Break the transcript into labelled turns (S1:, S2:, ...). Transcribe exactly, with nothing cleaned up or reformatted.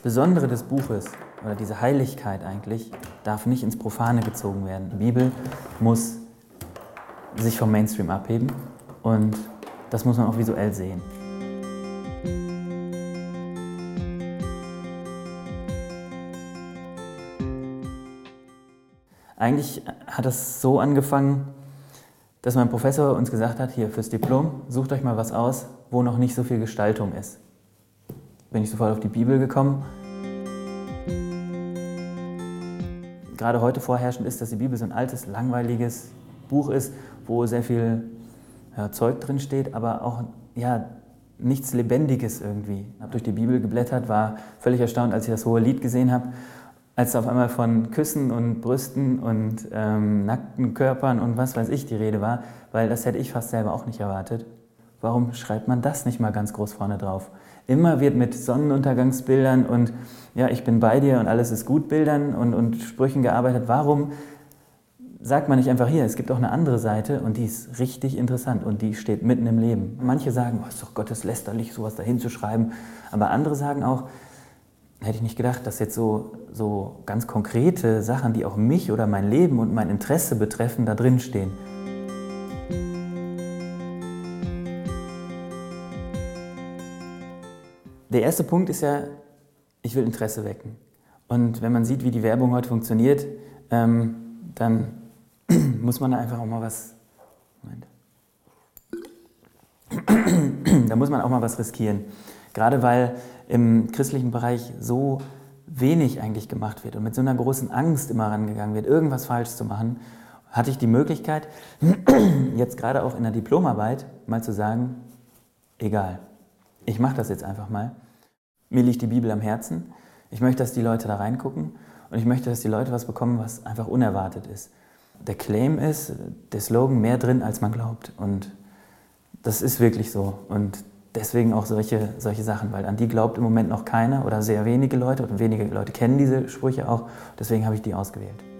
S1: Besondere des Buches, oder diese Heiligkeit eigentlich, darf nicht ins Profane gezogen werden. Die Bibel muss sich vom Mainstream abheben und das muss man auch visuell sehen. Eigentlich hat es so angefangen, dass mein Professor uns gesagt hat, hier fürs Diplom, sucht euch mal was aus, wo noch nicht so viel Gestaltung ist. Bin ich sofort auf die Bibel gekommen. Gerade heute vorherrschend ist, dass die Bibel so ein altes, langweiliges Buch ist, wo sehr viel ja, Zeug drin steht, aber auch ja, nichts Lebendiges irgendwie. Ich habe durch die Bibel geblättert, war völlig erstaunt, als ich das Hohe Lied gesehen habe, als auf einmal von Küssen und Brüsten und ähm, nackten Körpern und was weiß ich die Rede war, weil das hätte ich fast selber auch nicht erwartet. Warum schreibt man das nicht mal ganz groß vorne drauf? Immer wird mit Sonnenuntergangsbildern und ja, ich bin bei dir und alles ist gut Bildern und, und Sprüchen gearbeitet. Warum sagt man nicht einfach hier, es gibt auch eine andere Seite und die ist richtig interessant und die steht mitten im Leben. Manche sagen, oh, ist doch gotteslästerlich, sowas dahin zu schreiben, aber andere sagen auch, hätte ich nicht gedacht, dass jetzt so, so ganz konkrete Sachen, die auch mich oder mein Leben und mein Interesse betreffen, da drin stehen. Der erste Punkt ist ja, ich will Interesse wecken. Und wenn man sieht, wie die Werbung heute funktioniert, ähm, dann muss man da einfach auch mal was, Moment. da muss man auch mal was riskieren. Gerade weil im christlichen Bereich so wenig eigentlich gemacht wird und mit so einer großen Angst immer rangegangen wird, irgendwas falsch zu machen, hatte ich die Möglichkeit, jetzt gerade auch in der Diplomarbeit mal zu sagen, egal, ich mache das jetzt einfach mal. Mir liegt die Bibel am Herzen, ich möchte, dass die Leute da reingucken und ich möchte, dass die Leute was bekommen, was einfach unerwartet ist. Der Claim ist, der Slogan, mehr drin, als man glaubt und das ist wirklich so und deswegen auch solche, solche Sachen, weil an die glaubt im Moment noch keiner oder sehr wenige Leute und wenige Leute kennen diese Sprüche auch, deswegen habe ich die ausgewählt.